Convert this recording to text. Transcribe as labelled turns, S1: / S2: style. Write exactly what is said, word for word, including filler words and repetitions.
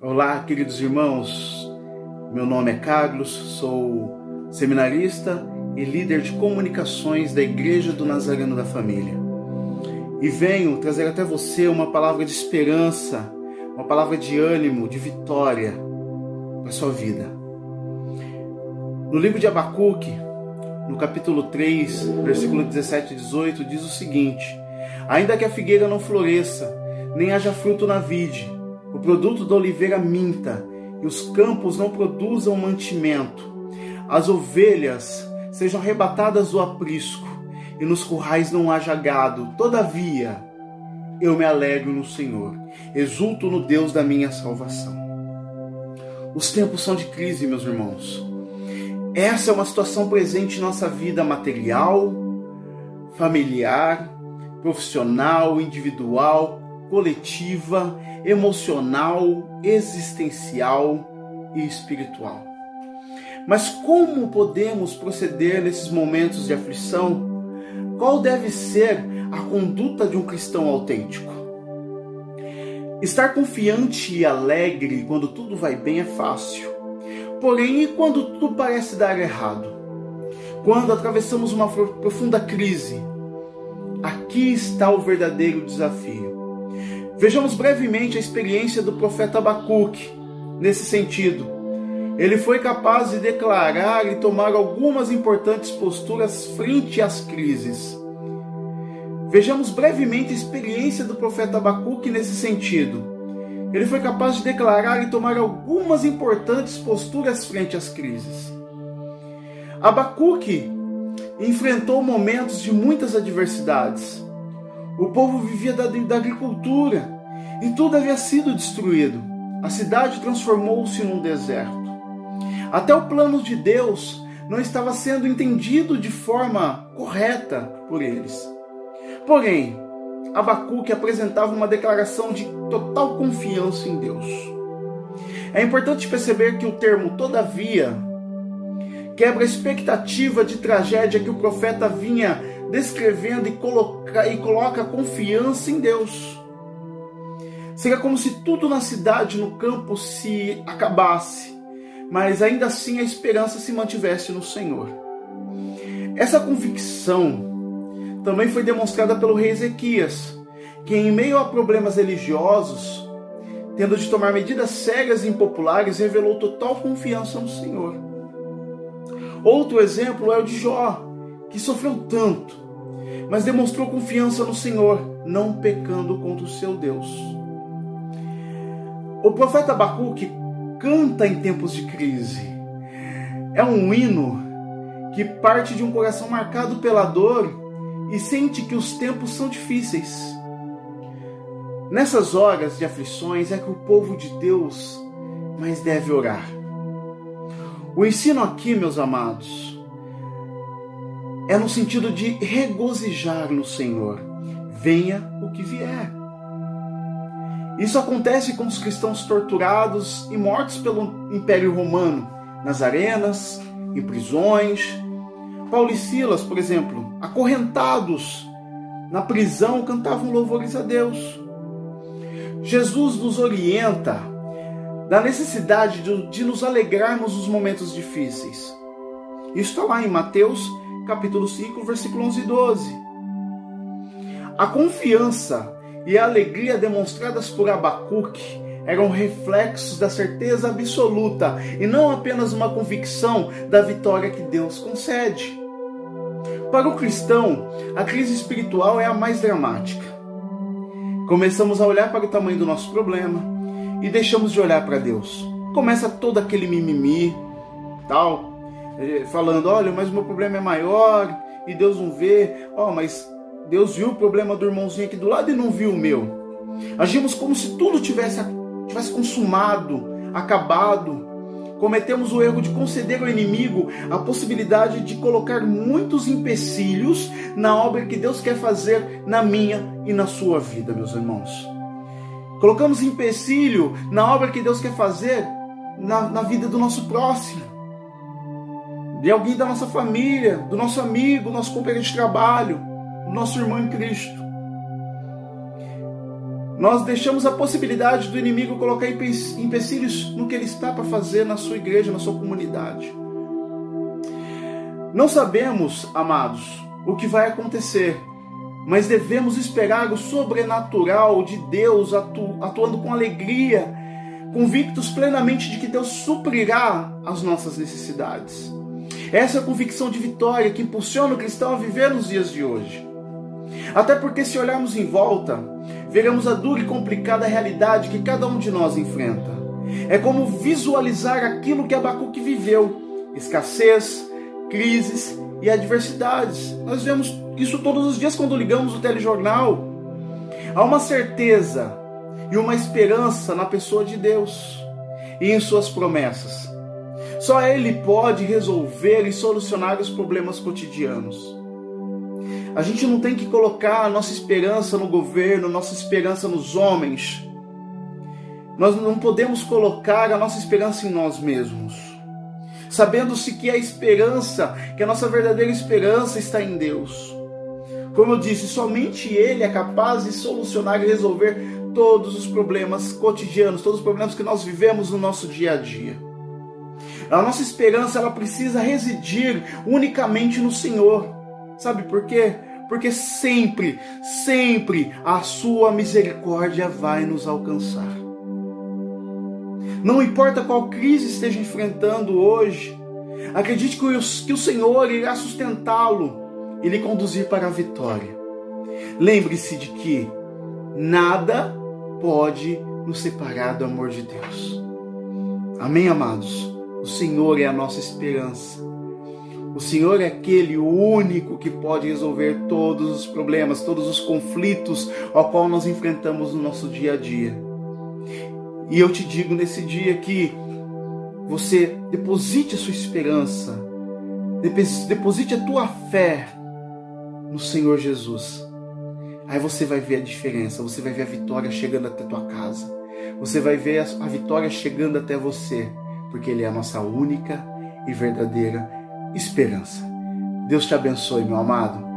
S1: Olá, queridos irmãos, meu nome é Carlos, sou seminarista e líder de comunicações da Igreja do Nazareno da Família. E venho trazer até você uma palavra de esperança, uma palavra de ânimo, de vitória para a sua vida. No livro de Abacuque, no capítulo três, versículo dezessete e dezoito, diz o seguinte: ainda que a figueira não floresça, nem haja fruto na vide, o produto da oliveira minta, e os campos não produzam mantimento, as ovelhas sejam arrebatadas do aprisco, e nos currais não haja gado, todavia eu me alegro no Senhor, exulto no Deus da minha salvação. Os tempos são de crise, meus irmãos. Essa é uma situação presente em nossa vida material, familiar, profissional, individual, coletiva, emocional, existencial e espiritual. Mas como podemos proceder nesses momentos de aflição? Qual deve ser a conduta de um cristão autêntico? Estar confiante e alegre quando tudo vai bem é fácil. Porém, e quando tudo parece dar errado? Quando atravessamos uma profunda crise? Aqui está o verdadeiro desafio. Vejamos brevemente a experiência do profeta Abacuque nesse sentido. Ele foi capaz de declarar e tomar algumas importantes posturas frente às crises. Vejamos brevemente a experiência do profeta Abacuque nesse sentido. Ele foi capaz de declarar e tomar algumas importantes posturas frente às crises. Abacuque enfrentou momentos de muitas adversidades. O povo vivia da, da agricultura e tudo havia sido destruído. A cidade transformou-se num deserto. Até o plano de Deus não estava sendo entendido de forma correta por eles. Porém, Abacuque apresentava uma declaração de total confiança em Deus. É importante perceber que o termo todavia quebra a expectativa de tragédia que o profeta vinha descrevendo e, coloca, e coloca confiança em Deus. Seria como se tudo na cidade, no campo, se acabasse, mas ainda assim a esperança se mantivesse no Senhor. Essa convicção também foi demonstrada pelo rei Ezequias, que em meio a problemas religiosos, tendo de tomar medidas sérias e impopulares, revelou total confiança no Senhor. Outro exemplo é o de Jó, que sofreu tanto, mas demonstrou confiança no Senhor, não pecando contra o seu Deus. O profeta Abacuque canta em tempos de crise. É um hino que parte de um coração marcado pela dor e sente que os tempos são difíceis. Nessas horas de aflições é que o povo de Deus mais deve orar. O ensino aqui, meus amados, é no sentido de regozijar no Senhor, venha o que vier. Isso acontece com os cristãos torturados e mortos pelo Império Romano, nas arenas, em prisões. Paulo e Silas, por exemplo, acorrentados na prisão, cantavam louvores a Deus. Jesus nos orienta da necessidade de, de nos alegrarmos nos momentos difíceis. Isso está lá em Mateus, capítulo cinco, versículo onze e doze. A confiança e a alegria demonstradas por Abacuque eram reflexos da certeza absoluta e não apenas uma convicção da vitória que Deus concede. Para o cristão, a crise espiritual é a mais dramática. Começamos a olhar para o tamanho do nosso problema e deixamos de olhar para Deus. Começa todo aquele mimimi, tal, falando, olha, mas o meu problema é maior e Deus não vê. Ó, oh, mas Deus viu o problema do irmãozinho aqui do lado e não viu o meu. Agimos como se tudo tivesse, tivesse consumado, acabado. Cometemos o erro de conceder ao inimigo a possibilidade de colocar muitos empecilhos na obra que Deus quer fazer na minha e na sua vida, meus irmãos. Colocamos empecilho na obra que Deus quer fazer na, na vida do nosso próximo, de alguém da nossa família, do nosso amigo, do nosso companheiro de trabalho, do nosso irmão em Cristo. Nós deixamos a possibilidade do inimigo colocar empecilhos no que ele está para fazer na sua igreja, na sua comunidade. Não sabemos, amados, o que vai acontecer, mas devemos esperar o sobrenatural de Deus atu- atuando com alegria, convictos plenamente de que Deus suprirá as nossas necessidades. Essa é a convicção de vitória que impulsiona o cristão a viver nos dias de hoje. Até porque, se olharmos em volta, veremos a dura e complicada realidade que cada um de nós enfrenta. É como visualizar aquilo que Abacuque viveu: escassez, crises e adversidades. Nós vemos isso todos os dias quando ligamos o telejornal. Há uma certeza e uma esperança na pessoa de Deus e em suas promessas. Só Ele pode resolver e solucionar os problemas cotidianos. A gente não tem que colocar a nossa esperança no governo, nossa esperança nos homens. Nós não podemos colocar a nossa esperança em nós mesmos, sabendo-se que a esperança, que a nossa verdadeira esperança está em Deus. Como eu disse, somente Ele é capaz de solucionar e resolver todos os problemas cotidianos, todos os problemas que nós vivemos no nosso dia a dia. A nossa esperança, ela precisa residir unicamente no Senhor. Sabe por quê? Porque sempre, sempre a sua misericórdia vai nos alcançar. Não importa qual crise esteja enfrentando hoje, acredite que o, que o Senhor irá sustentá-lo e lhe conduzir para a vitória. Lembre-se de que nada pode nos separar do amor de Deus. Amém, amados? O Senhor é a nossa esperança. O Senhor é aquele único que pode resolver todos os problemas, todos os conflitos ao qual nós enfrentamos no nosso dia a dia. E eu te digo nesse dia que você deposite a sua esperança, deposite a tua fé no Senhor Jesus. Aí você vai ver a diferença, você vai ver a vitória chegando até a tua casa. Você vai ver a vitória chegando até você, porque Ele é a nossa única e verdadeira esperança. Deus te abençoe, meu amado.